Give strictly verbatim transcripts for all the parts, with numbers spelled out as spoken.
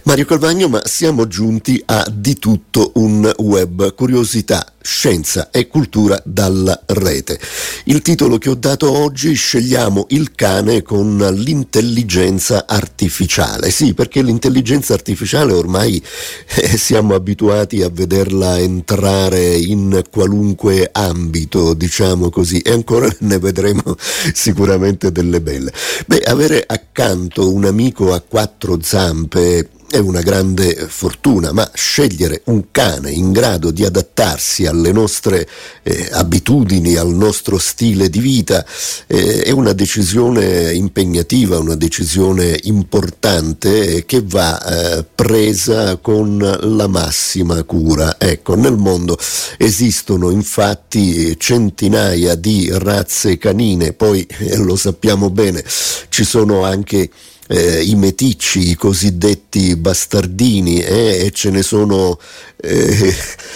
Mario Calvagno, ma siamo giunti a Di tutto un web, curiosità, scienza e cultura dalla rete. Il titolo che ho dato oggi: scegliamo il cane con l'intelligenza artificiale. Sì, perché l'intelligenza artificiale ormai eh, siamo abituati a vederla entrare in qualunque ambito, diciamo così, e ancora ne vedremo sicuramente delle belle. Beh, avere accanto un amico a quattro zampe è una grande fortuna, ma scegliere un cane in grado di adattarsi alle nostre eh, abitudini, al nostro stile di vita, eh, è una decisione impegnativa, una decisione importante eh, che va eh, presa con la massima cura. Ecco, nel mondo esistono infatti centinaia di razze canine, poi eh, lo sappiamo bene, ci sono anche Eh, i meticci, i cosiddetti bastardini, eh, e ce ne sono, eh,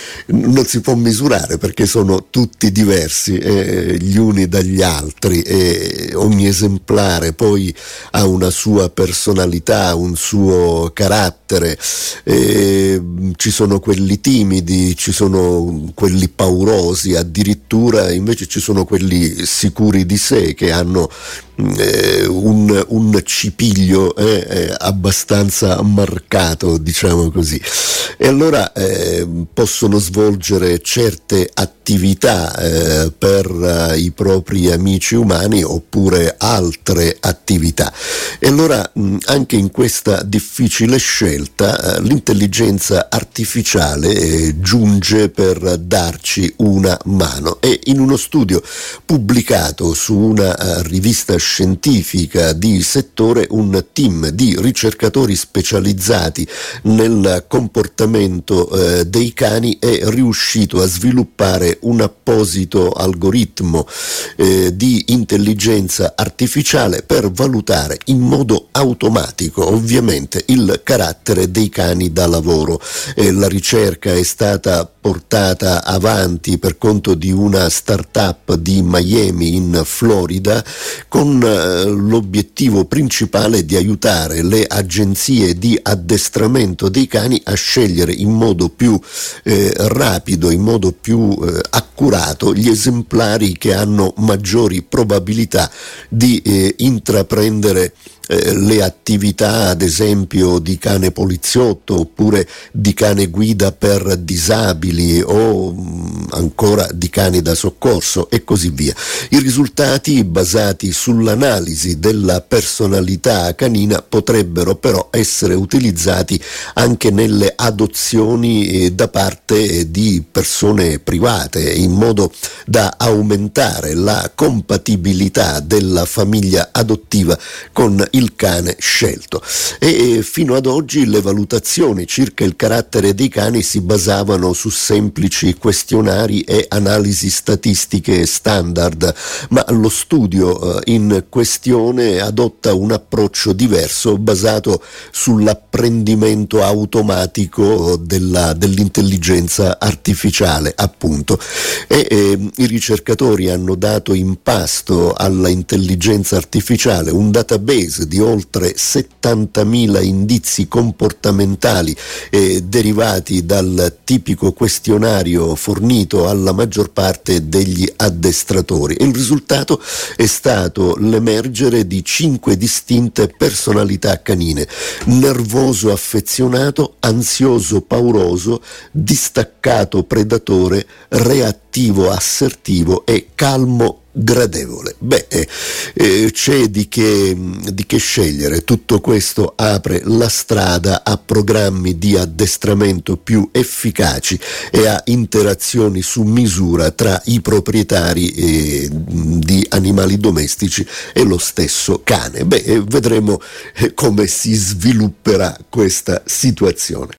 non si può misurare perché sono tutti diversi eh, gli uni dagli altri, e ogni esemplare poi ha una sua personalità, un suo carattere, eh, ci sono quelli timidi, ci sono quelli paurosi, addirittura invece ci sono quelli sicuri di sé che hanno eh, un, un cipiglio eh, eh, abbastanza marcato, diciamo così, e allora eh, possono svolgere certe attività eh, per eh, i propri amici umani, oppure altre attività, e allora mh, anche in questa difficile scelta eh, l'intelligenza artificiale eh, giunge per darci una mano, e in uno studio pubblicato su una uh, rivista scientifica di settore, un team di ricercatori specializzati nel comportamento eh, dei cani è riuscito a sviluppare un apposito algoritmo eh, di intelligenza artificiale per valutare in modo automatico, ovviamente, il carattere dei cani da lavoro. Eh, la ricerca è stata portata avanti per conto di una start-up di Miami in Florida, con eh, l'obiettivo principale di aiutare le agenzie di addestramento dei cani a scegliere in modo più eh, rapido, in modo più eh, accurato gli esemplari che hanno maggiori probabilità di eh, intraprendere eh, le attività, ad esempio, di cane poliziotto, oppure di cane guida per disabili, o mh, ancora di cane da soccorso, e così via. I risultati, basati sull'analisi della personalità canina, potrebbero però essere utilizzati anche nelle adozioni eh, da parte di persone private, in modo da aumentare la compatibilità della famiglia adottiva con il cane scelto. E fino ad oggi le valutazioni circa il carattere dei cani si basavano su semplici questionari e analisi statistiche standard, ma lo studio eh, in questione adotta un approccio diverso, basato sull'apprendimento automatico della, dell'intelligenza artificiale, appunto. E eh, i ricercatori hanno dato in pasto alla intelligenza artificiale un database di oltre settantamila indizi comportamentali eh, derivati dal tipico questionario fornito alla maggior parte degli addestratori. Il risultato è stato l'emergere di cinque distinte personalità canine: nervoso affezionato, ansioso pauroso, distaccato predatore, reattivo assertivo e calmo gradevole. Beh, eh, c'è di che, di che scegliere. Tutto questo apre la strada a programmi di addestramento più efficaci e a interazioni su misura tra i proprietari eh, di animali domestici e lo stesso cane. Beh, vedremo eh, come si svilupperà questa situazione.